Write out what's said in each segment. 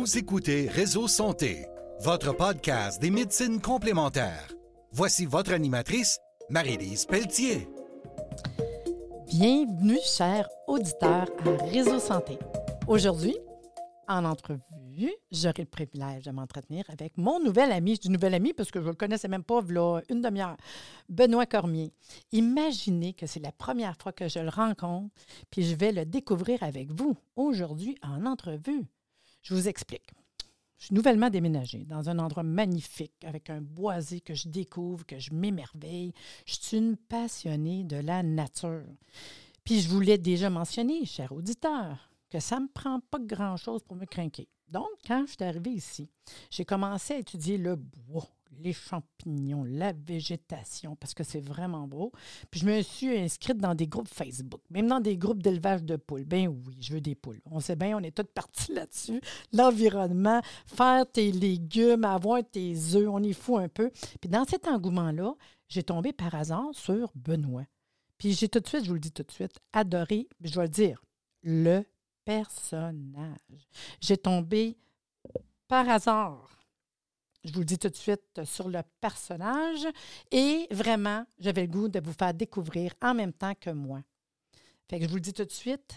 Vous écoutez Réseau Santé, votre podcast des médecines complémentaires. Voici votre animatrice, Marie-Lise Pelletier. Bienvenue, chers auditeurs, à Réseau Santé. Aujourd'hui, en entrevue, j'aurai le privilège de m'entretenir avec mon nouvel ami. Je dis nouvel ami parce que je ne le connaissais même pas, voilà une demi-heure. Benoît Cormier. Imaginez que c'est la première fois que je le rencontre, puis je vais le découvrir avec vous aujourd'hui en entrevue. Je vous explique. Je suis nouvellement déménagée dans un endroit magnifique avec un boisé que je découvre, que je m'émerveille. Je suis une passionnée de la nature. Puis je vous l'ai déjà mentionné, chers auditeurs, que ça ne me prend pas grand-chose pour me craquer. Donc, quand je suis arrivée ici, j'ai commencé à étudier le bois, les champignons, la végétation, parce que c'est vraiment beau. Puis je me suis inscrite dans des groupes Facebook, même dans des groupes d'élevage de poules. Ben oui, je veux des poules. On sait bien, on est tous partis là-dessus. L'environnement, faire tes légumes, avoir tes œufs, on y fout un peu. Puis dans cet engouement-là, j'ai tombé par hasard sur Benoît. Puis j'ai tout de suite, je vous le dis tout de suite, adoré, je dois le dire, le personnage. J'ai tombé par hasard, je vous le dis tout de suite, sur le personnage et vraiment, j'avais le goût de vous faire découvrir en même temps que moi. Fait que je vous le dis tout de suite.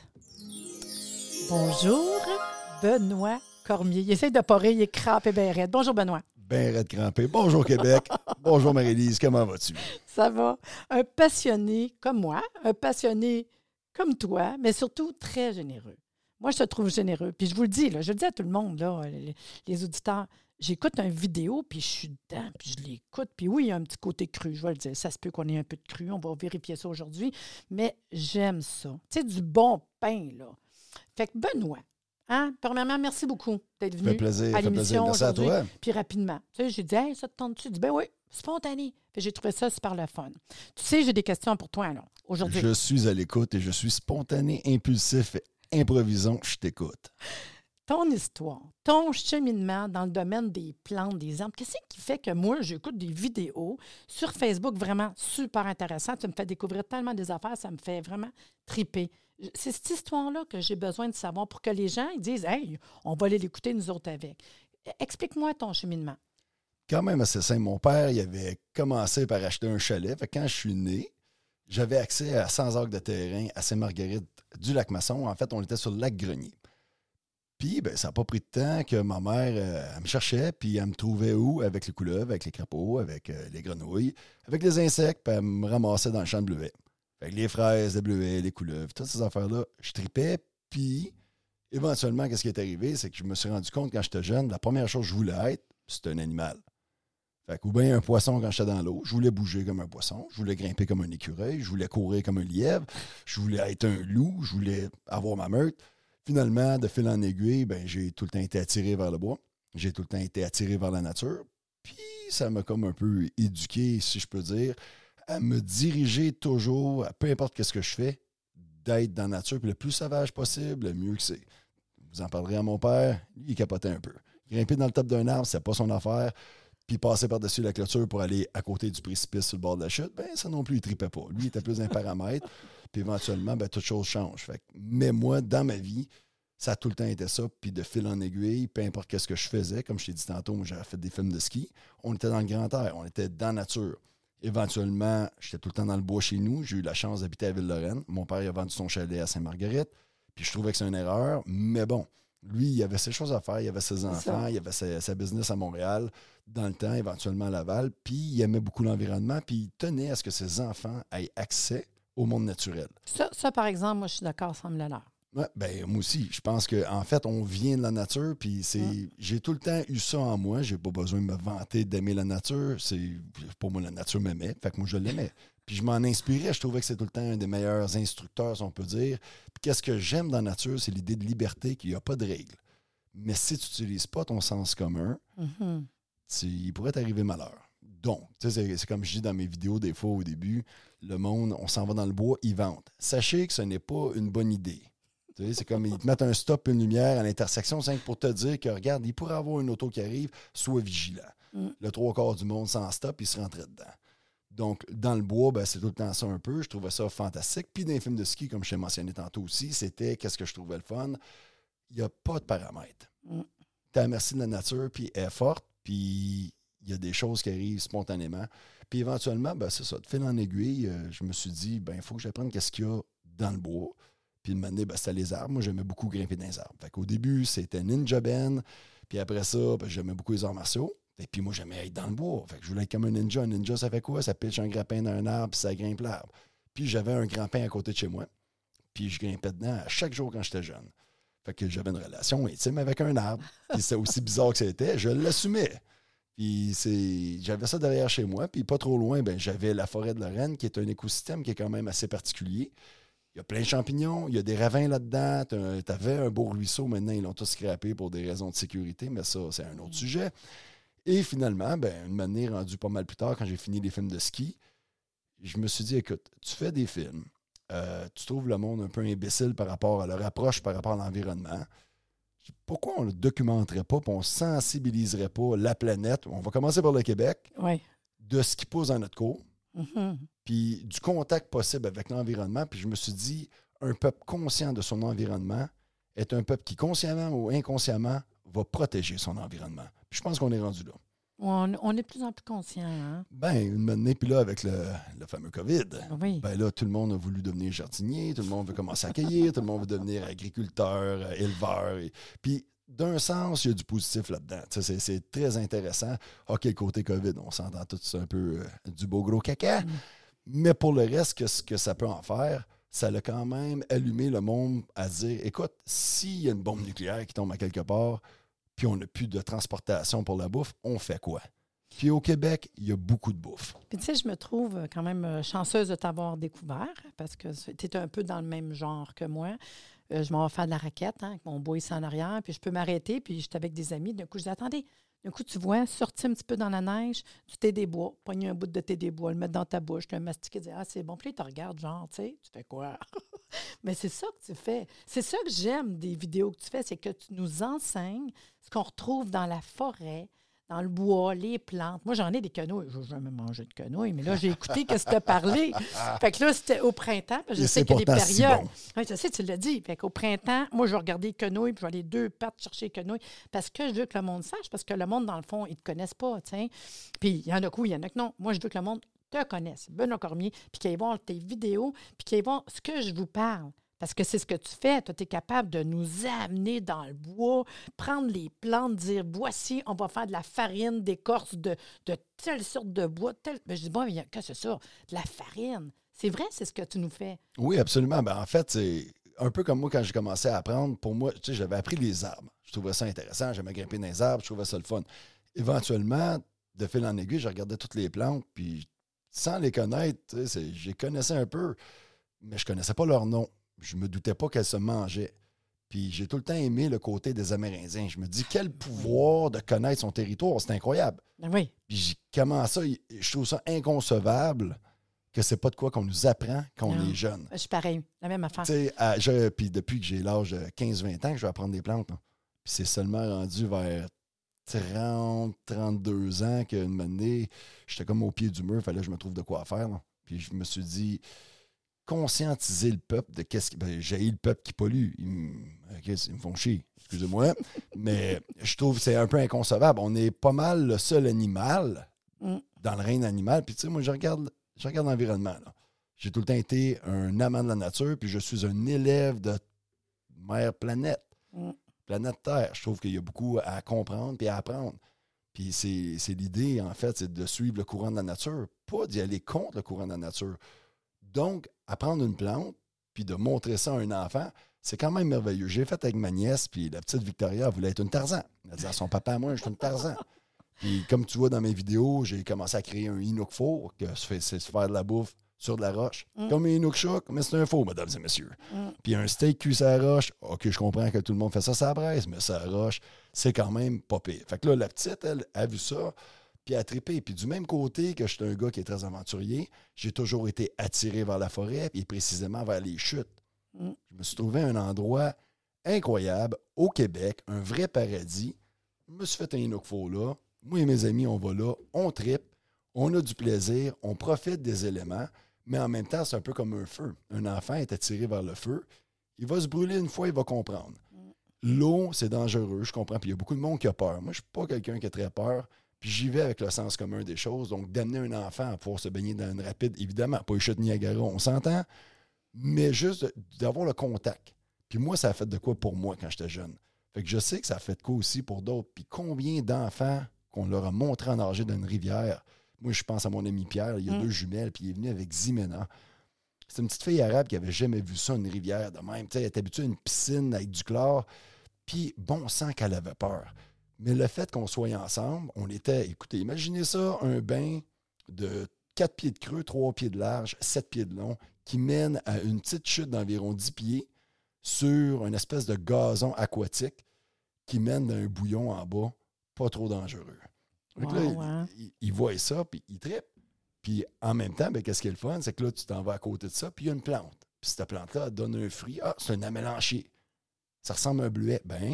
Bonjour, Benoît Cormier. Il essaie de pas rire, il est crampé bien raide. Bonjour, Benoît. Ben raide crampé. Bonjour, Québec. Bonjour, Marie-Lise. Comment vas-tu? Ça va. Un passionné comme moi, un passionné comme toi, mais surtout très généreux. Moi, je te trouve généreux. Puis je vous le dis, là, je le dis à tout le monde, là, les auditeurs, j'écoute une vidéo, puis je suis dedans, puis je l'écoute. Puis oui, il y a un petit côté cru, je vais le dire. Ça se peut qu'on ait un peu de cru, on va vérifier ça aujourd'hui. Mais j'aime ça. Tu sais, du bon pain, là. Fait que Benoît, hein, premièrement, merci beaucoup d'être venu à l'émission aujourd'hui. Merci à toi. Puis rapidement. Tu sais, j'ai dit, hey, ça te tente-tu? Il dit, ben oui, spontané. Fait que j'ai trouvé ça super le fun. Tu sais, j'ai des questions pour toi, alors, aujourd'hui. Je suis à l'écoute et je suis spontané, impulsif, improvisant. Je t'écoute. Ton histoire, ton cheminement dans le domaine des plantes, des arbres, qu'est-ce qui fait que moi, j'écoute des vidéos sur Facebook vraiment super intéressantes? Tu me fais découvrir tellement des affaires, ça me fait vraiment triper. C'est cette histoire-là que j'ai besoin de savoir pour que les gens ils disent « Hey, on va aller l'écouter nous autres avec ». Explique-moi ton cheminement. Quand même assez simple. Mon père, il avait commencé par acheter un chalet. Fait que quand je suis né, j'avais accès à 100 acres de terrain à Sainte-Marguerite du Lac-Masson. En fait, on était sur le lac Grenier. Puis, ben, ça n'a pas pris de temps que ma mère, elle me cherchait, puis elle me trouvait où? Avec les couleuvres, avec les crapauds, avec les grenouilles, avec les insectes, puis elle me ramassait dans le champ de bleuets. Fait que les fraises, les bleuets, les couleuvres, toutes ces affaires-là, je tripais. Puis, éventuellement, qu'est-ce qui est arrivé? C'est que je me suis rendu compte, quand j'étais jeune, la première chose que je voulais être, c'était un animal. Fait que, ou bien un poisson quand j'étais dans l'eau, je voulais bouger comme un poisson, je voulais grimper comme un écureuil, je voulais courir comme un lièvre, je voulais être un loup, je voulais avoir ma meute. Finalement, de fil en aiguille, ben, j'ai tout le temps été attiré vers le bois. J'ai tout le temps été attiré vers la nature. Puis, ça m'a comme un peu éduqué, si je peux dire, à me diriger toujours, peu importe ce que je fais, d'être dans la nature. Puis le plus sauvage possible, le mieux que c'est. Vous en parlerez à mon père, lui, il capotait un peu. Grimper dans le top d'un arbre, c'est pas son affaire. Puis passer par-dessus la clôture pour aller à côté du précipice sur le bord de la chute, ben ça non plus, il tripait pas. Lui, il était plus un paramètre. Puis éventuellement, ben toute chose change. Fait que, mais moi, dans ma vie, ça a tout le temps été ça. Puis de fil en aiguille, peu importe ce que je faisais, comme je t'ai dit tantôt, moi, j'avais fait des films de ski. On était dans le grand air, on était dans la nature. Éventuellement, j'étais tout le temps dans le bois chez nous. J'ai eu la chance d'habiter à Ville-Lorraine. Mon père il a vendu son chalet à Sainte-Marguerite. Puis je trouvais que c'est une erreur. Mais bon, lui, il avait ses choses à faire. Il avait ses enfants. Il avait sa business à Montréal. Dans le temps, éventuellement à Laval. Puis il aimait beaucoup l'environnement. Puis il tenait à ce que ses enfants aient accès au monde naturel. Ça par exemple, moi, je suis d'accord, ça me l'a l'air. Ouais, ben moi aussi. Je pense qu'en fait, on vient de la nature, puis j'ai tout le temps eu ça en moi. J'ai pas besoin de me vanter d'aimer la nature. Pour moi, la nature m'aimait. Fait que moi, je l'aimais. Puis je m'en inspirais. Je trouvais que c'est tout le temps un des meilleurs instructeurs, si on peut dire. Puis qu'est-ce que j'aime dans la nature, c'est l'idée de liberté, qu'il n'y a pas de règles. Mais si tu n'utilises pas ton sens commun, il pourrait t'arriver malheur. Donc, c'est comme je dis dans mes vidéos des fois au début, le monde, on s'en va dans le bois, ils vantent. Sachez que ce n'est pas une bonne idée. C'est comme ils te mettent un stop, une lumière à l'intersection, c'est pour te dire que, regarde, il pourrait y avoir une auto qui arrive, sois vigilant. Le 3/4 du monde sans stop, il se rentrait dedans. Donc, dans le bois, ben, c'est tout le temps ça un peu. Je trouvais ça fantastique. Puis dans les films de ski, comme je t'ai mentionné tantôt aussi, c'était qu'est-ce que je trouvais le fun. Il n'y a pas de paramètres. tu es à la merci de la nature, puis elle est forte, puis il y a des choses qui arrivent spontanément. Puis éventuellement, ben, c'est ça, de fil en aiguille, je me suis dit, ben il faut que j'apprenne qu'est-ce qu'il y a dans le bois. Puis de m'amener, ben, c'était les arbres. Moi, j'aimais beaucoup grimper dans les arbres. Fait qu'au début, c'était Ninja Ben. Puis après ça, ben, j'aimais beaucoup les arts martiaux. Et puis moi, j'aimais être dans le bois. Fait que je voulais être comme un ninja. Un ninja, ça fait quoi? Ça pitche un grappin d'un arbre, puis ça grimpe l'arbre. Puis j'avais un grand pin à côté de chez moi. Puis je grimpais dedans à chaque jour quand j'étais jeune. Fait que j'avais une relation intime avec un arbre. Puis c'est aussi bizarre que c'était, je l'assumais. Puis j'avais ça derrière chez moi. Puis pas trop loin, ben, j'avais la forêt de Lorraine, qui est un écosystème qui est quand même assez particulier. Il y a plein de champignons, il y a des ravins là-dedans. Tu avais un beau ruisseau, maintenant ils l'ont tous scrappé pour des raisons de sécurité, mais ça, c'est un autre sujet. Et finalement, ben, une année rendue pas mal plus tard, quand j'ai fini les films de ski, je me suis dit, écoute, tu fais des films, tu trouves le monde un peu imbécile par rapport à leur approche, par rapport à l'environnement. Pourquoi on ne le documenterait pas, puis on ne sensibiliserait pas la planète? On va commencer par le Québec, de ce qui pousse dans notre cour, puis du contact possible avec l'environnement. Puis je me suis dit, un peuple conscient de son environnement est un peuple qui, consciemment ou inconsciemment, va protéger son environnement. Puis je pense qu'on est rendu là. On est de plus en plus conscient. Hein? Ben, une année, puis là, avec le fameux COVID, Oui. ben là, tout le monde a voulu devenir jardinier, tout le monde veut commencer à cueillir, tout le monde veut devenir agriculteur, éleveur. Puis, d'un sens, il y a du positif là-dedans. C'est très intéressant. OK, le côté COVID, on s'entend tous, c'est un peu du beau gros caca. Mais pour le reste, ce que ça peut en faire, ça l'a quand même allumé le monde à dire, écoute, s'il y a une bombe nucléaire qui tombe à quelque part, puis on n'a plus de transportation pour la bouffe, on fait quoi? Puis au Québec, il y a beaucoup de bouffe. Puis tu sais, je me trouve quand même chanceuse de t'avoir découvert parce que tu es un peu dans le même genre que moi. Je m'en vais faire de la raquette avec mon bois ici en arrière, puis je peux m'arrêter, puis j'étais avec des amis. D'un coup, je dis, attendez, d'un coup, tu vois, sortir un petit peu dans la neige, du thé des bois, pogner un bout de thé des bois, le mettre dans ta bouche, te mastiquer, dire, ah, c'est bon. Puis là, tu regardes, genre, tu sais, tu fais quoi? Mais c'est ça que tu fais. C'est ça que j'aime des vidéos que tu fais, c'est que tu nous enseignes ce qu'on retrouve dans la forêt, dans le bois, les plantes. Moi, j'en ai des quenouilles. Je n'ai jamais mangé de quenouilles, mais là, j'ai écouté ce que tu as parlé. Fait que là, c'était au printemps. Parce que je sais qu'il y a des périodes. Si bon. Oui, je sais, tu l'as dit. Fait qu'au printemps, moi, je vais regarder les quenouilles, puis je vais aller 2 pattes chercher les quenouilles, parce que je veux que le monde sache, parce que le monde, dans le fond, ils ne te connaissent pas, tu sais. Puis il y en a il y en a que non. Moi, je veux que le monde te connaisse, Benoît Cormier, puis qu'ils aillent voir tes vidéos, puis qu'ils aillent voir ce que je vous parle. Parce que c'est ce que tu fais. Toi, tu es capable de nous amener dans le bois, prendre les plantes, dire voici, on va faire de la farine d'écorce de telle sorte de bois. Ben, je dis, bon, qu'est-ce que c'est ça? De la farine. C'est vrai, c'est ce que tu nous fais. Oui, absolument. Ben, en fait, c'est un peu comme moi quand j'ai commencé à apprendre. Pour moi, tu sais, j'avais appris les arbres. Je trouvais ça intéressant. J'aimais grimper dans les arbres. Je trouvais ça le fun. Éventuellement, de fil en aiguille, je regardais toutes les plantes. Puis, sans les connaître, tu sais, je les connaissais un peu, mais je ne connaissais pas leur nom. Je me doutais pas qu'elles se mangeaient. Puis j'ai tout le temps aimé le côté des Amérindiens. Je me dis, quel pouvoir de connaître son territoire, c'est incroyable. Oui. Puis comment ça, je trouve ça inconcevable que c'est pas de quoi qu'on nous apprend quand on est jeune. Je suis pareil, la même affaire. Puis depuis que j'ai l'âge de 15-20 ans que je vais apprendre des plantes, là. Puis c'est seulement rendu vers 30-32 ans qu'une année, j'étais comme au pied du mur, il fallait que je me trouve de quoi faire. Là. Puis je me suis dit, conscientiser le peuple de qu'est-ce qui. Ben, j'ai le peupe qui pollue. Ils me font chier, excusez-moi. Mais je trouve que c'est un peu inconcevable. On est pas mal le seul animal dans le règne animal. Puis tu sais, moi, je regarde l'environnement. Là. J'ai tout le temps été un amant de la nature, puis je suis un élève de mère planète. Planète Terre. Je trouve qu'il y a beaucoup à comprendre et à apprendre. Puis c'est l'idée, en fait, c'est de suivre le courant de la nature, pas d'y aller contre le courant de la nature. Donc, apprendre une plante, puis de montrer ça à un enfant, c'est quand même merveilleux. J'ai fait avec ma nièce, puis la petite Victoria voulait être une Tarzan. Elle disait à son papa, moi, je suis une Tarzan. Puis comme tu vois dans mes vidéos, j'ai commencé à créer un Inuk four, que c'est se faire de la bouffe sur de la roche. Comme un Inuk Choc, mais c'est un four, mesdames et messieurs. Puis un steak cuit sur la roche, OK, je comprends que tout le monde fait ça sur la braise, mais sur la roche, c'est quand même pas pire. Fait que là, la petite, elle a vu ça, puis elle a trippé. Puis du même côté que je suis un gars qui est très aventurier, j'ai toujours été attiré vers la forêt, et précisément vers les chutes. Je me suis trouvé un endroit incroyable au Québec, un vrai paradis. Je me suis fait un Inuk four là. Moi et mes amis, on va là, on trippe, on a du plaisir, on profite des éléments, mais en même temps, c'est un peu comme un feu. Un enfant est attiré vers le feu, il va se brûler une fois, il va comprendre. l'eau, c'est dangereux, je comprends. Puis il y a beaucoup de monde qui a peur. Moi, je suis pas quelqu'un qui a très peur. Puis j'y vais avec le sens commun des choses. Donc, d'amener un enfant à pouvoir se baigner dans une rapide, évidemment, pas les chutes Niagara, on s'entend, mais juste d'avoir le contact. Puis moi, ça a fait de quoi pour moi quand j'étais jeune? Fait que je sais que ça a fait de quoi aussi pour d'autres. Puis combien d'enfants qu'on leur a montré en nager dans une rivière? Moi, je pense à mon ami Pierre, il y a 2 jumelles, puis il est venu avec Zimena. C'est une petite fille arabe qui n'avait jamais vu ça, une rivière de même. T'sais, elle était habituée à une piscine avec du chlore, puis bon sang qu'elle avait peur. Mais le fait qu'on soit ensemble, on était, écoutez, imaginez ça, un bain de 4 pieds de creux, 3 pieds de large, 7 pieds de long, qui mène à une petite chute d'environ 10 pieds sur une espèce de gazon aquatique qui mène d'un bouillon en bas, pas trop dangereux. Donc là, il voit ça, puis il trippe. Puis en même temps, ben, qu'est-ce qui est le fun? C'est que là, tu t'en vas à côté de ça, puis il y a une plante. Puis cette plante-là, elle donne un fruit. Ah, c'est un amélanchier. Ça ressemble à un bleuet. Ben,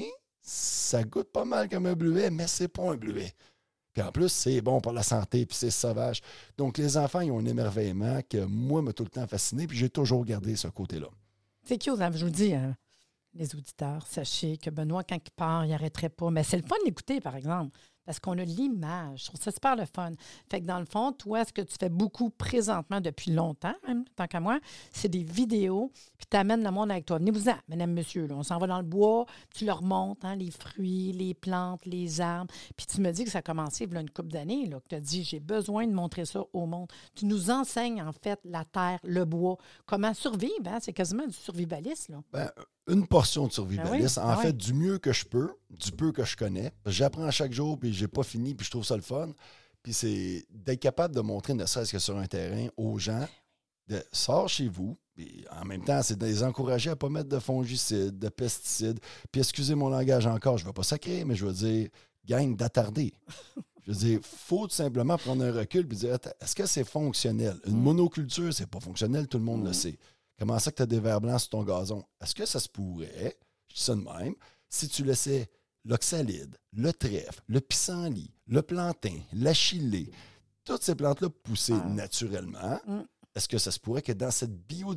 ça goûte pas mal comme un bleuet, mais c'est pas un bleuet. Puis en plus, c'est bon pour la santé, puis c'est sauvage. Donc les enfants, ils ont un émerveillement que moi, m'a tout le temps fasciné, puis j'ai toujours gardé ce côté-là. C'est cute, hein? Je vous dis, hein, les auditeurs, sachez que Benoît, quand il part, il n'arrêterait pas. Mais c'est le fun d'écouter, par exemple, parce qu'on a l'image. Je trouve ça super le fun. Fait que dans le fond, toi, ce que tu fais beaucoup présentement depuis longtemps, même, tant qu'à moi, c'est des vidéos, puis tu amènes le monde avec toi. Venez-vous-en, mesdames, messieurs. Là, on s'en va dans le bois, tu leur montres hein, les fruits, les plantes, les arbres. Puis tu me dis que ça a commencé il y a une couple d'années, là, que tu as dit, j'ai besoin de montrer ça au monde. Tu nous enseignes, en fait, la terre, le bois, comment survivre. Hein? C'est quasiment du survivalisme. Là. Ben, une portion de survivalisme. Ben oui, en fait, du mieux que je peux, du peu que je connais. J'apprends chaque jour, puis j'ai pas fini, puis je trouve ça le fun. Puis c'est d'être capable de montrer, ne serait-ce que sur un terrain, aux gens, de sors chez vous. Puis en même temps, c'est de les encourager à ne pas mettre de fongicides, de pesticides. Puis excusez mon langage encore, je ne vais pas sacrer, mais je veux dire, gang d'attarder. Je veux dire, il faut tout simplement prendre un recul et dire, est-ce que c'est fonctionnel? Une monoculture, c'est pas fonctionnel, tout le monde le sait. Comment ça que tu as des vers blancs sur ton gazon? Est-ce que ça se pourrait, je dis ça de même, si tu laissais l'oxalide, le trèfle, le pissenlit, le plantain, l'achillée, toutes ces plantes-là pousser naturellement, est-ce que ça se pourrait que dans cette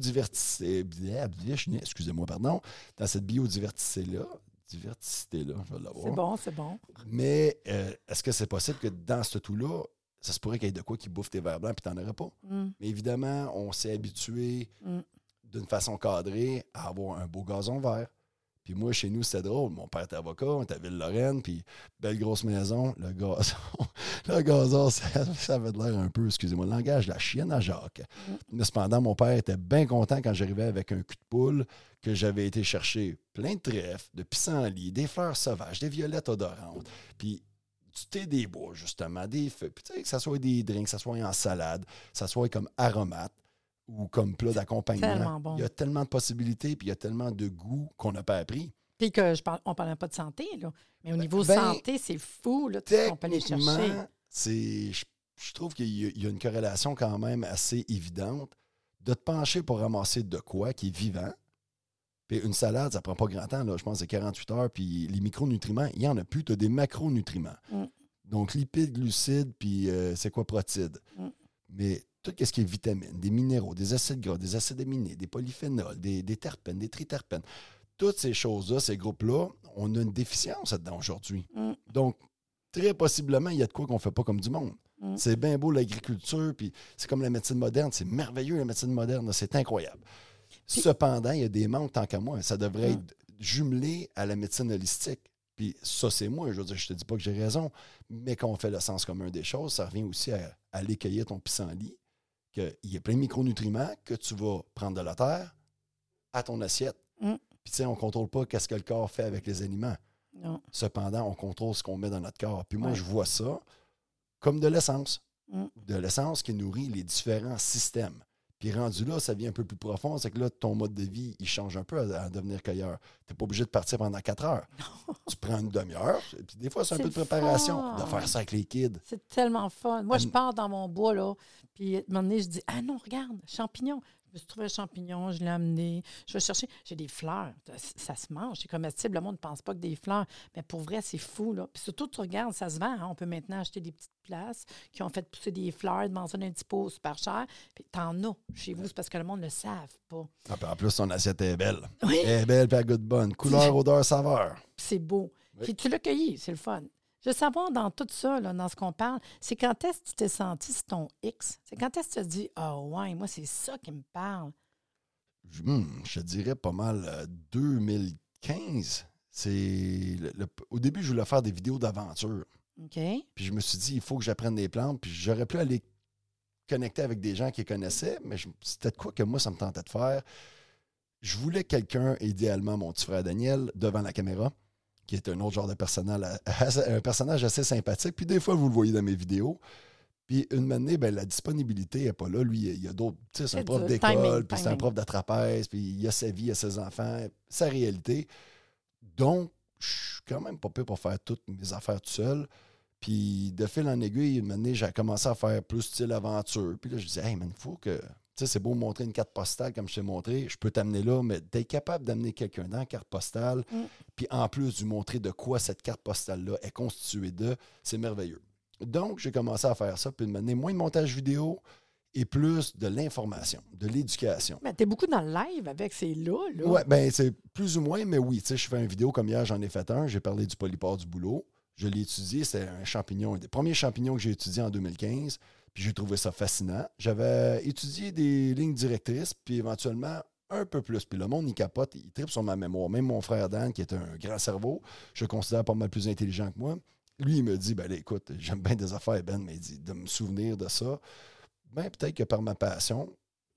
dans cette biodiversité-là, je vais l'avoir. C'est bon. Mais est-ce que c'est possible que dans ce tout-là, ça se pourrait qu'il y ait de quoi qui bouffe tes vers blancs et tu n'en aurais pas? Mais évidemment, on s'est habitué d'une façon cadrée à avoir un beau gazon vert. Puis moi, chez nous, c'était drôle. Mon père était avocat, on était à Ville-Lorraine, puis belle grosse maison, le gazon, ça avait de l'air un peu, excusez-moi, le langage de la chienne à Jacques. Mais cependant, mon père était bien content quand j'arrivais avec un cul de poule que j'avais été chercher plein de trèfles, de pissenlits, des fleurs sauvages, des violettes odorantes, puis du thé des bois, justement, des feux. Puis tu sais, que ça soit des drinks, que ça soit en salade, que ça soit comme aromate ou comme plat d'accompagnement. Bon. Il y a tellement de possibilités, puis il y a tellement de goûts qu'on n'a pas appris. Puis que on ne parlait pas de santé, là. Mais au niveau santé, c'est fou, là, tout ce qu'on peut aller chercher. Je trouve qu'il y a une corrélation quand même assez évidente de te pencher pour ramasser de quoi qui est vivant. Puis une salade, ça prend pas grand temps, là. Je pense que c'est 48 heures, puis les micronutriments, il n'y en a plus, tu as des macronutriments. Donc lipides, glucides, puis c'est quoi, protides. Mais tout ce qui est vitamines, des minéraux, des acides gras, des acides aminés, des polyphénols, des terpènes, des triterpènes, toutes ces choses-là, ces groupes-là, on a une déficience là-dedans aujourd'hui. Donc, très possiblement, il y a de quoi qu'on ne fait pas comme du monde. C'est bien beau l'agriculture, puis c'est comme la médecine moderne, c'est merveilleux la médecine moderne, c'est incroyable. Puis, cependant, il y a des manques, tant qu'à moi, ça devrait être jumelé à la médecine holistique. Puis ça, c'est moi, je veux dire, je te dis pas que j'ai raison, mais quand on fait le sens commun des choses, ça revient aussi à aller cueillir ton pissenlit, qu'il y a plein de micronutriments que tu vas prendre de la terre à ton assiette. Puis tu sais, on ne contrôle pas qu'est-ce que le corps fait avec les aliments. Non. Cependant, on contrôle ce qu'on met dans notre corps. Puis moi, je vois ça comme de l'essence. De l'essence qui nourrit les différents systèmes. Puis rendu là, ça devient un peu plus profond. C'est que là, ton mode de vie, il change un peu à devenir cueilleur. Tu n'es pas obligé de partir pendant 4 heures. Tu prends une demi-heure. Puis des fois, c'est un peu de préparation. De faire ça avec les kids. C'est tellement fun. Moi, je pars dans mon bois, là. Puis à un moment donné, je dis, ah non, regarde, champignons. me suis trouvé un champignon, je l'ai amené. Je vais chercher. J'ai des fleurs. Ça se mange. C'est comestible. Le monde ne pense pas que des fleurs. Mais pour vrai, c'est fou, là. Puis surtout, tu regardes, ça se vend. Hein? On peut maintenant acheter des petites places qui ont fait pousser des fleurs, dans un petit pot super cher. Puis t'en as chez vous. C'est parce que le monde ne le savent pas. Ah, puis en plus, ton assiette est belle. Oui. Elle est belle, puis elle goûte bonne. Couleur, odeur, saveur. C'est beau. Oui. Puis tu l'as cueilli. C'est le fun. Je veux savoir, dans tout ça, là, dans ce qu'on parle, c'est quand est-ce que tu t'es senti, c'est ton X? C'est quand est-ce que tu te dis, ah ouais, moi, c'est ça qui me parle? Je dirais pas mal 2015. Au début, je voulais faire des vidéos d'aventure. OK. Puis je me suis dit, il faut que j'apprenne des plantes. Puis j'aurais pu aller connecter avec des gens qui les connaissaient, mais c'était de quoi que moi, ça me tentait de faire. Je voulais quelqu'un, idéalement mon petit frère Daniel, devant la caméra, qui est un autre genre de un personnage assez sympathique. Puis des fois, vous le voyez dans mes vidéos. Puis une année, ben, la disponibilité n'est pas là. Lui, il y a d'autres. Tu sais, c'est un prof d'école, puis c'est un prof de trapèze, puis il a sa vie, il a ses enfants, sa réalité. Donc, je suis quand même pas pire pour faire toutes mes affaires tout seul. Puis de fil en aiguille, une année, j'ai commencé à faire plus style aventure. Puis là, je disais, hey, man, il faut que. Tu sais, c'est beau montrer une carte postale comme je t'ai montré. Je peux t'amener là, mais d'être capable d'amener quelqu'un dans la carte postale, puis en plus de lui montrer de quoi cette carte postale-là est constituée de, c'est merveilleux. Donc, j'ai commencé à faire ça, puis de m'amener moins de montage vidéo et plus de l'information, de l'éducation. Mais t'es beaucoup dans le live avec ces là. Oui, bien, c'est plus ou moins, mais oui. Tu sais, je fais une vidéo comme hier, j'en ai fait un. J'ai parlé du polypore du bouleau. Je l'ai étudié, c'est un champignon, un des premiers champignons que j'ai étudié en 2015. Puis j'ai trouvé ça fascinant. J'avais étudié des lignes directrices, puis éventuellement un peu plus. Puis le monde, il capote, il tripe sur ma mémoire. Même mon frère Dan, qui est un grand cerveau, je le considère pas mal plus intelligent que moi. Lui, il me dit, ben là, écoute, j'aime bien des affaires, Ben, mais il dit, de me souvenir de ça, ben peut-être que par ma passion,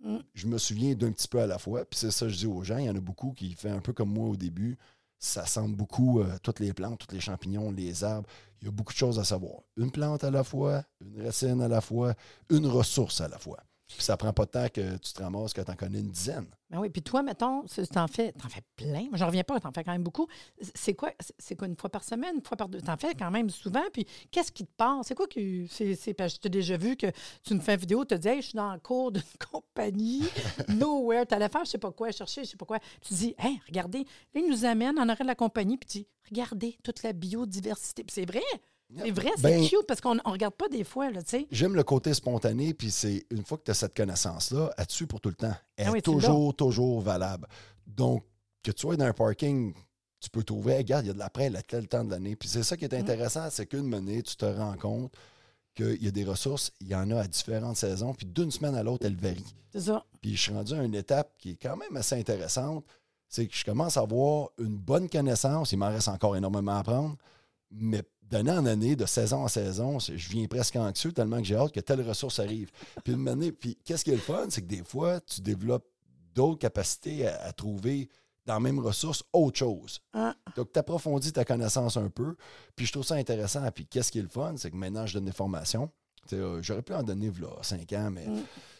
je me souviens d'un petit peu à la fois. Puis c'est ça que je dis aux gens, il y en a beaucoup qui font un peu comme moi au début. Ça semble beaucoup, toutes les plantes, tous les champignons, les arbres. Il y a beaucoup de choses à savoir. Une plante à la fois, une racine à la fois, une ressource à la fois. Puis ça prend pas de temps que tu te ramasses, que tu en connais une dizaine. Ben oui, puis toi, mettons, t'en fais plein. Moi, j'en reviens pas, t'en fais quand même beaucoup. C'est quoi une fois par semaine, une fois par deux? T'en fais quand même souvent. Puis qu'est-ce qui te passe? C'est quoi que parce que je t'ai déjà vu que tu me fais une vidéo, tu te dis, hey, je suis dans le cours d'une compagnie, nowhere. Tu allais faire je sais pas quoi, chercher je sais pas quoi. Puis tu dis, hey, regardez, là, ils nous amènent en arrêt de la compagnie, puis tu dis, regardez toute la biodiversité. Puis c'est vrai. C'est vrai, c'est cute parce qu'on ne regarde pas des fois, là, tu sais. J'aime le côté spontané, puis c'est une fois que tu as cette connaissance-là, elle te suit pour tout le temps. Elle est toujours valable. Donc, que tu sois dans un parking, tu peux trouver, regarde, il y a de la prêle à tel temps de l'année. Puis c'est ça qui est intéressant, c'est qu'une année, tu te rends compte qu'il y a des ressources, il y en a à différentes saisons, puis d'une semaine à l'autre, elles varient. C'est ça. Puis je suis rendu à une étape qui est quand même assez intéressante, c'est que je commence à avoir une bonne connaissance, il m'en reste encore énormément à apprendre, mais d'année en année, de saison en saison, je viens presque anxieux tellement que j'ai hâte que telle ressource arrive. Puis une année, puis qu'est-ce qui est le fun, c'est que des fois, tu développes d'autres capacités à trouver dans la même ressource autre chose. Donc, tu approfondis ta connaissance un peu, puis je trouve ça intéressant. Puis qu'est-ce qui est le fun, c'est que maintenant, je donne des formations. J'aurais pu en donner là, 5 ans, mais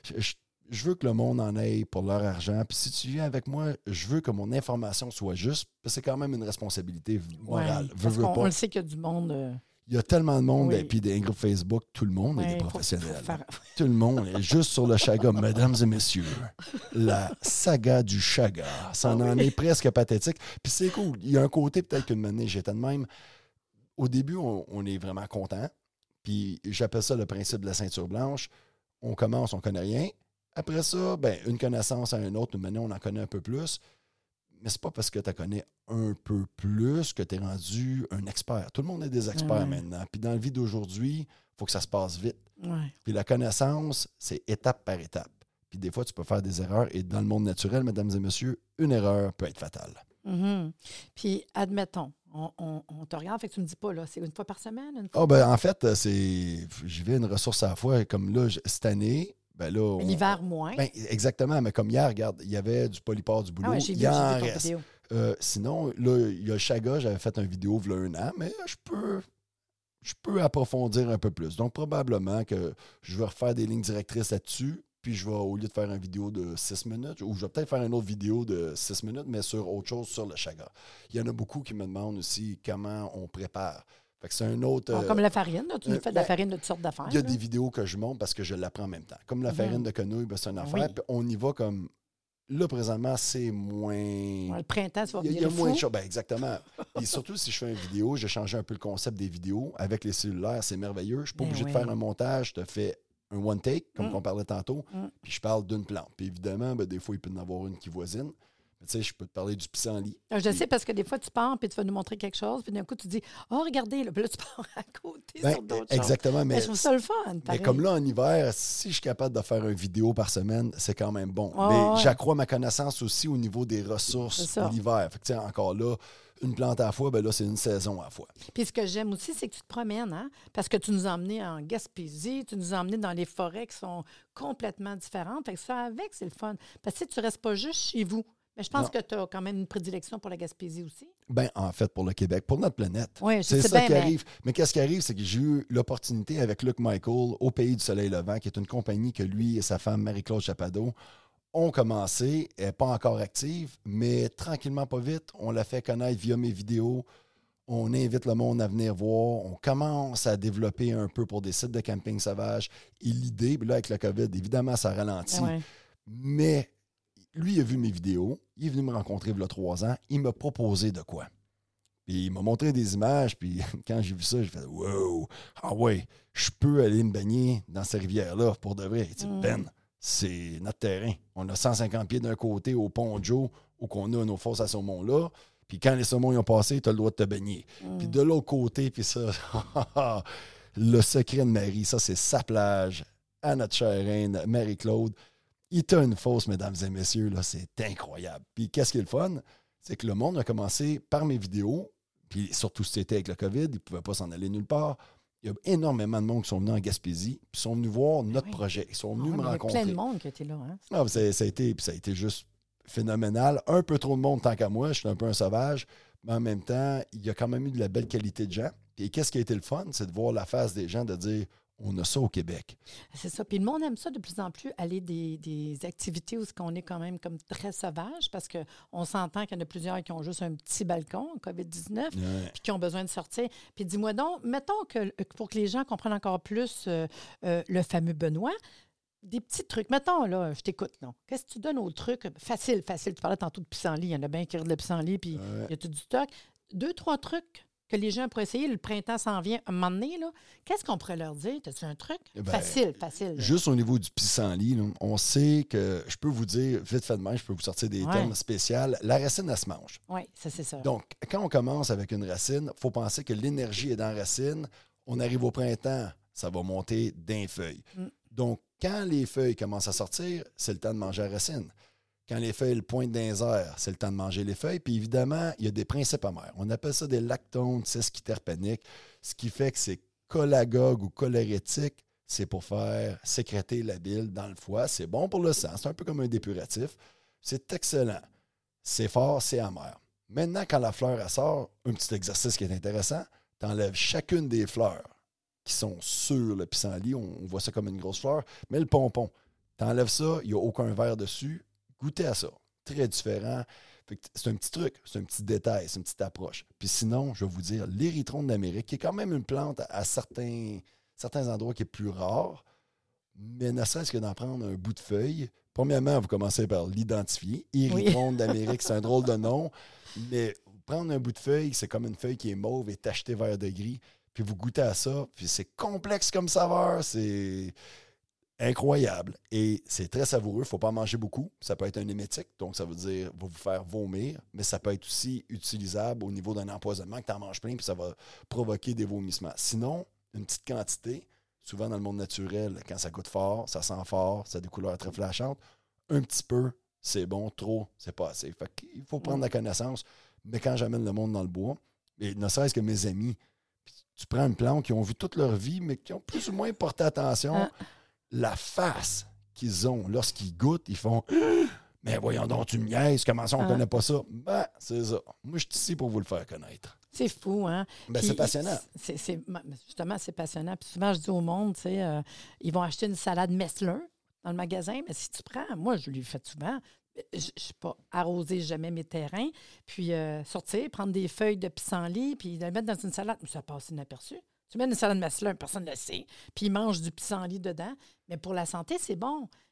je veux que le monde en aille pour leur argent. Puis si tu viens avec moi, je veux que mon information soit juste. Parce que c'est quand même une responsabilité morale. On le sait qu'il y a du monde. Il y a tellement de monde. Et puis des groupes Facebook, tout le monde est des professionnels. Tout le monde est juste sur le chaga. Mesdames et messieurs, la saga du chaga. Ça en est presque pathétique. Puis c'est cool. Il y a un côté, peut-être qu'une année, j'étais de même. Au début, on est vraiment content. Puis j'appelle ça le principe de la ceinture blanche. On commence, on ne connaît rien. Après ça, ben, une connaissance à un autre, maintenant, on en connaît un peu plus. Mais c'est pas parce que tu connais un peu plus que tu es rendu un expert. Tout le monde est des experts maintenant. Puis dans la vie d'aujourd'hui, il faut que ça se passe vite. Puis la connaissance, c'est étape par étape. Puis des fois, tu peux faire des erreurs. Et dans le monde naturel, mesdames et messieurs, une erreur peut être fatale. Puis admettons, on te regarde, fait que tu me dis pas, là, c'est une fois par semaine? En fait, j'y vais une ressource à la fois. Comme là, cette année... Ben là, l'hiver moins. Ben, exactement, mais comme hier, regarde, il y avait du polypore du boulot. J'ai il vu en ton reste. vidéo. Sinon, là, il y a le chaga, j'avais fait une vidéo il y a 1 an, mais je peux approfondir un peu plus. Donc, probablement que je vais refaire des lignes directrices là-dessus, puis je vais, au lieu de faire une vidéo de 6 minutes, ou je vais peut-être faire une autre vidéo de 6 minutes, mais sur autre chose, sur le chaga. Il y en a beaucoup qui me demandent aussi comment on prépare. Fait que c'est un autre. Comme la farine, là, tu nous fais de la farine de toutes sortes d'affaires. Il y a des vidéos que je monte parce que je l'apprends en même temps. Comme la farine de quenouille, ben, c'est une affaire. Puis on y va comme Là, présentement, c'est moins... Le printemps, ça va Il y venir a moins de fou. choses. Ben, exactement. Et surtout, si je fais une vidéo, j'ai changé un peu le concept des vidéos. Avec les cellulaires, c'est merveilleux. Je suis pas Ben obligé oui. de faire un montage. Je te fais un one take, comme on parlait tantôt, puis je parle d'une plante. Puis évidemment, ben, des fois, il peut y en avoir une qui voisine. Mais tu sais, je peux te parler du pissenlit. Je sais parce que des fois, tu pars puis tu vas nous montrer quelque chose, puis d'un coup, tu dis « Oh, regardez, là. » Puis là, tu pars à côté Ben, sur d'autres exactement, choses. mais Je trouve ça le fun, Mais pareil. comme là, en hiver, si je suis capable de faire une vidéo par semaine, c'est quand même bon. Oh, mais ouais. j'accrois ma connaissance aussi au niveau des C'est ressources ça. l'hiver. Fait que, tu sais, encore là, une plante à la fois, ben là, c'est une saison à la fois. Puis ce que j'aime aussi, c'est que tu te promènes, hein? Parce que tu nous as emmenés en Gaspésie, tu nous as emmenés dans les forêts qui sont complètement différentes. Fait que ça, avec, c'est le fun. Parce que tu ne restes pas juste chez vous. Mais je pense Non. que tu as quand même une prédilection pour la Gaspésie aussi. Ben, en fait, pour le Québec, pour notre planète. Oui, je C'est sais ça bien, qui mais- arrive. Mais qu'est-ce qui arrive, c'est que j'ai eu l'opportunité avec Luc Michael au Pays du Soleil Levant, qui est une compagnie que lui et sa femme Marie-Claude Chapado ont commencé. Elle n'est pas encore active, mais tranquillement, pas vite, on l'a fait connaître via mes vidéos. On invite le monde à venir voir. On commence à développer un peu pour des sites de camping sauvage. Et l'idée, là, avec le COVID, évidemment, ça ralentit. Ouais. Mais lui, il a vu mes vidéos. Il est venu me rencontrer il y a 3 ans. Il m'a proposé de quoi. Puis il m'a montré des images. Puis quand j'ai vu ça, j'ai fait « Wow! Ah ouais, je peux aller me baigner dans ces rivières-là pour de vrai. » Il dit « Ben, c'est notre terrain. On a 150 pieds d'un côté au pont Joe où qu'on a nos fosses à saumon là. Puis quand les saumons y ont passé, tu as le droit de te baigner. Puis de l'autre côté, puis ça, le secret de Marie, ça, c'est sa plage à notre chère reine Marie-Claude. Il t'a une fosse, mesdames et messieurs, là, c'est incroyable. Puis qu'est-ce qui est le fun? C'est que le monde a commencé par mes vidéos, puis surtout si c'était avec le COVID, ils ne pouvaient pas s'en aller nulle part. Il y a énormément de monde qui sont venus en Gaspésie, puis sont venus voir notre projet. Ils sont venus me Il y a rencontrer. plein de monde qui était là. Hein? Non, ça a été juste phénoménal. Un peu trop de monde tant qu'à moi. Je suis un peu un sauvage. Mais en même temps, il y a quand même eu de la belle qualité de gens. Et qu'est-ce qui a été le fun? C'est de voir la face des gens, de dire on a ça au Québec. C'est ça. Puis le monde aime ça de plus en plus, aller des activités où on est quand même comme très sauvage, parce qu'on s'entend qu'il y en a plusieurs qui ont juste un petit balcon, COVID-19, Ouais. puis qui ont besoin de sortir. Puis dis-moi donc, mettons que pour que les gens comprennent encore plus le fameux Benoît, des petits trucs. Mettons, là, je t'écoute, non. Qu'est-ce que tu donnes aux trucs? Facile. Tu parlais tantôt de pissenlit. Il y en a bien qui regardent le pissenlit, puis il y a tout du stock. 2, 3 trucs que les gens pourraient essayer. Le printemps s'en vient. Un moment donné, là, qu'est-ce qu'on pourrait leur dire? As-tu un truc? Ben, facile. Là. Juste au niveau du pissenlit, là, on sait que je peux vous dire, vite fait de même, je peux vous sortir des thèmes spéciaux. La racine, elle se mange. Oui, ça, c'est ça. Donc, quand on commence avec une racine, il faut penser que l'énergie est dans la racine. On arrive au printemps, ça va monter d'un feuille. Donc, quand les feuilles commencent à sortir, c'est le temps de manger la racine. Quand les feuilles pointent dans les airs, c'est le temps de manger les feuilles. Puis évidemment, il y a des principes amers. On appelle ça des lactones sesquiterpéniques, ce qui fait que c'est cholagogue ou cholérétique. C'est pour faire sécréter la bile dans le foie. C'est bon pour le sang. C'est un peu comme un dépuratif. C'est excellent. C'est fort, c'est amer. Maintenant, quand la fleur elle sort, un petit exercice qui est intéressant, tu enlèves chacune des fleurs qui sont sur le pissenlit. On voit ça comme une grosse fleur. Mais le pompon, tu enlèves ça, il n'y a aucun verre dessus. Goûtez à ça. Très différent. C'est un petit truc, c'est un petit détail, c'est une petite approche. Puis sinon, je vais vous dire, l'érythrone d'Amérique, qui est quand même une plante à certains endroits qui est plus rare, mais ne serait-ce que d'en prendre un bout de feuille. Premièrement, vous commencez par l'identifier. Érythrone d'Amérique, c'est un drôle de nom, mais prendre un bout de feuille, c'est comme une feuille qui est mauve et tachetée vert de gris, puis vous goûtez à ça, puis c'est complexe comme saveur, c'est incroyable. Et c'est très savoureux. Il ne faut pas en manger beaucoup. Ça peut être un émétique, donc ça veut dire va vous faire vomir, mais ça peut être aussi utilisable au niveau d'un empoisonnement, que tu en manges plein, puis ça va provoquer des vomissements. Sinon, une petite quantité, souvent dans le monde naturel, quand ça goûte fort, ça sent fort, ça a des couleurs très flashantes, un petit peu, c'est bon, trop, c'est pas assez. Fait qu'il faut prendre la connaissance. Mais quand j'amène le monde dans le bois, et ne serait-ce que mes amis, tu prends une plante qui ont vu toute leur vie, mais qui ont plus ou moins porté attention, la face qu'ils ont lorsqu'ils goûtent, ils font « Mais voyons donc, tu me niaises, comment ça, on ne connaît pas ça? » Ben, c'est ça. Moi, je suis ici pour vous le faire connaître. C'est fou, hein? Ben, Puis, c'est passionnant. Justement, c'est passionnant. Puis souvent, je dis au monde, tu sais, ils vont acheter une salade Messler dans le magasin, mais si tu prends, moi, je l'ai fait souvent, je ne suis pas arroser jamais mes terrains, puis sortir, prendre des feuilles de pissenlit, puis les mettre dans une salade, ça passe inaperçu. Tu mets une salade Messler, personne ne le sait, puis ils mangent du pissenlit dedans. Mais pour la santé, c'est bon.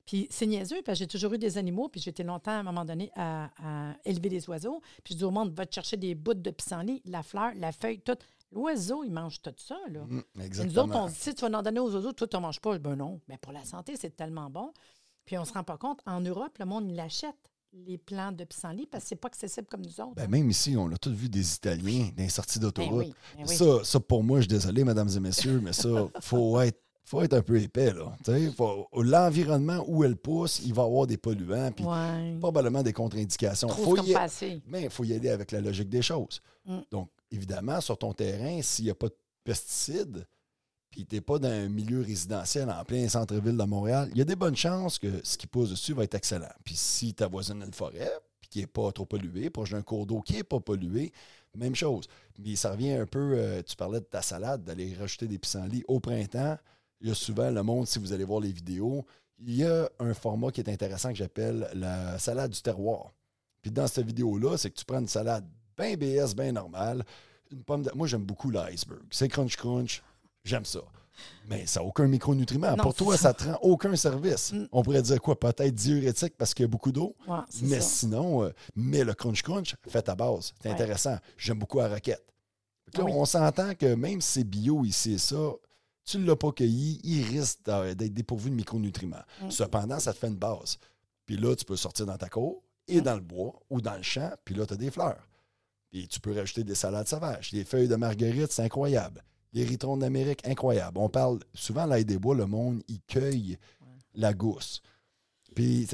Puis c'est niaiseux, parce que j'ai toujours eu des animaux, puis j'étais longtemps, à un moment donné, à élever des oiseaux. Puis je dis au monde, va te chercher des bouts de pissenlit, la fleur, la feuille, tout. L'oiseau, il mange tout ça, là. Exactement. Nous autres, on dit, si tu vas en donner aux oiseaux, toi, tu n'en manges pas. Ben non. Mais pour la santé, c'est tellement bon. Puis on ne se rend pas compte. En Europe, le monde, il achète les plants de pissenlit parce que c'est pas accessible comme nous autres. Ben, même ici, on a tous vu des Italiens dans les sorties d'autoroute. Ben oui. Ça, pour moi, je suis désolé, mesdames et messieurs, mais ça, faut être un peu épais, là. L'environnement où elle pousse, il va y avoir des polluants, puis probablement des contre-indications. Mais il faut y aller avec la logique des choses. Donc, évidemment, sur ton terrain, s'il n'y a pas de pesticides, puis tu n'es pas dans un milieu résidentiel en plein centre-ville de Montréal, il y a des bonnes chances que ce qui pousse dessus va être excellent. Puis si tu avoisines une forêt, puis qui n'est pas trop polluée, proche d'un cours d'eau qui n'est pas pollué, même chose. Mais ça revient un peu, tu parlais de ta salade, d'aller rajouter des pissenlits au printemps. Il y a souvent le monde, si vous allez voir les vidéos, il y a un format qui est intéressant que j'appelle la salade du terroir. Puis dans cette vidéo-là, c'est que tu prends une salade bien BS, bien normale. Une pomme de... Moi, j'aime beaucoup l'iceberg. C'est crunch. J'aime ça. Mais ça n'a aucun micronutriment. Pour toi, ça ne te rend aucun service. On pourrait dire quoi? Peut-être diurétique parce qu'il y a beaucoup d'eau. Ouais, mais sinon, mais le crunch, fait à base. C'est intéressant. J'aime beaucoup la roquette. Là, on s'entend que même si c'est bio ici et ça, tu ne l'as pas cueilli, il risque d'être dépourvu de micronutriments. Cependant, ça te fait une base. Puis là, tu peux sortir dans ta cour et dans le bois ou dans le champ, puis là, tu as des fleurs. Puis tu peux rajouter des salades sauvages. Les feuilles de marguerite, c'est incroyable. Les ritons d'Amérique, incroyable. On parle souvent à l'ail des bois, le monde, il cueille la gousse. Puis,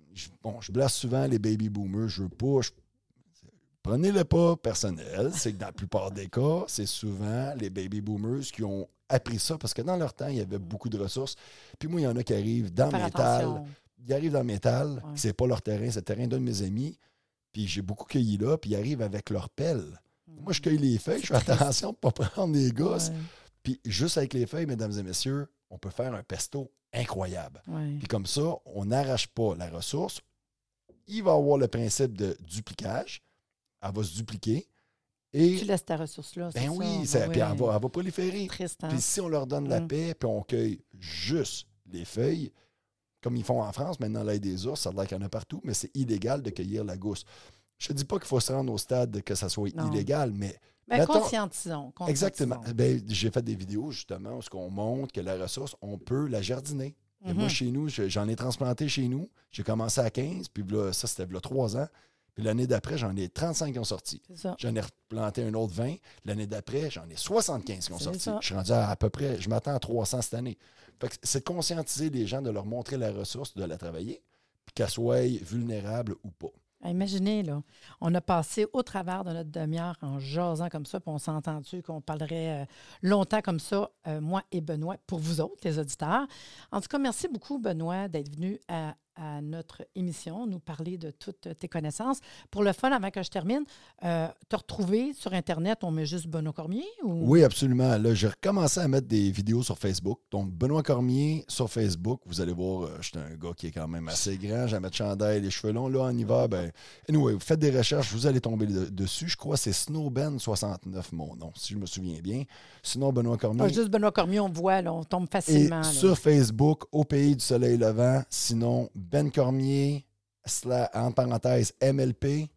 je blesse souvent les baby boomers. Je veux pas. Prenez-le pas personnel. C'est que dans la plupart des cas, c'est souvent les baby boomers qui ont appris ça parce que dans leur temps, il y avait beaucoup de ressources. Puis moi, il y en a qui arrivent dans le métal. Ils arrivent dans le métal, c'est pas leur terrain, c'est le terrain d'un de mes amis. Puis j'ai beaucoup cueilli là, puis ils arrivent avec leur pelle. Moi, je cueille les feuilles, je fais attention de ne pas prendre les gosses. Puis juste avec les feuilles, mesdames et messieurs, on peut faire un pesto incroyable. Puis comme ça, on n'arrache pas la ressource. Il va avoir le principe de duplicage. Elle va se dupliquer. Et tu laisses ta ressource-là. Ben oui, puis elle va proliférer. Triste, hein? Puis si on leur donne la paix, puis on cueille juste les feuilles, comme ils font en France, maintenant l'ail des ours, ça a l'air qu'il y en a partout, mais c'est illégal de cueillir la gousse. Je ne dis pas qu'il faut se rendre au stade que ça soit illégal, mais... conscientisons. Exactement. J'ai fait des vidéos, justement, où on montre que la ressource, on peut la jardiner. Et moi, chez nous, j'en ai transplanté chez nous. J'ai commencé à 15, puis là, ça, c'était là 3 ans. Puis l'année d'après, j'en ai 35 qui ont sorti. J'en ai replanté un autre 20. L'année d'après, j'en ai 75 qui ont sorti. Je suis rendu à peu près, je m'attends à 300 cette année. Fait que c'est de conscientiser les gens, de leur montrer la ressource, de la travailler, puis qu'elle soit vulnérable ou pas. Imaginez, là, on a passé au travers de notre demi-heure en jasant comme ça, puis on s'est entendu qu'on parlerait longtemps comme ça, moi et Benoît, pour vous autres, les auditeurs. En tout cas, merci beaucoup, Benoît, d'être venu à notre émission, nous parler de toutes tes connaissances. Pour le fun, avant que je termine, te retrouver sur Internet, on met juste Benoît Cormier? Ou... Oui, absolument. Là, j'ai recommencé à mettre des vidéos sur Facebook. Donc, Benoît Cormier sur Facebook. Vous allez voir, je suis un gars qui est quand même assez grand. J'aime mettre chandail, les cheveux longs. Là, en hiver, anyway, vous faites des recherches, vous allez tomber dessus. Je crois que c'est Snowben69, mon nom, si je me souviens bien. Sinon, Benoît Cormier. Juste Benoît Cormier, on voit, là, on tombe facilement. Et sur Facebook, au Pays du Soleil Levant. Sinon, Ben Cormier, en parenthèse, MLP,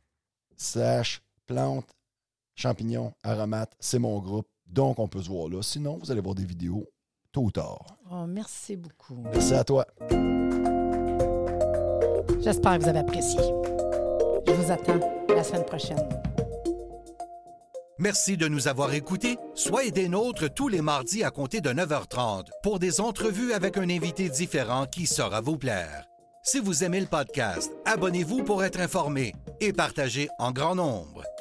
/ plantes, champignons, aromates, c'est mon groupe. Donc, on peut se voir là. Sinon, vous allez voir des vidéos tôt ou tard. Oh, merci beaucoup. Merci à toi. J'espère que vous avez apprécié. Je vous attends la semaine prochaine. Merci de nous avoir écoutés. Soyez des nôtres tous les mardis à compter de 9h30 pour des entrevues avec un invité différent qui saura vous plaire. Si vous aimez le podcast, abonnez-vous pour être informé et partagez en grand nombre.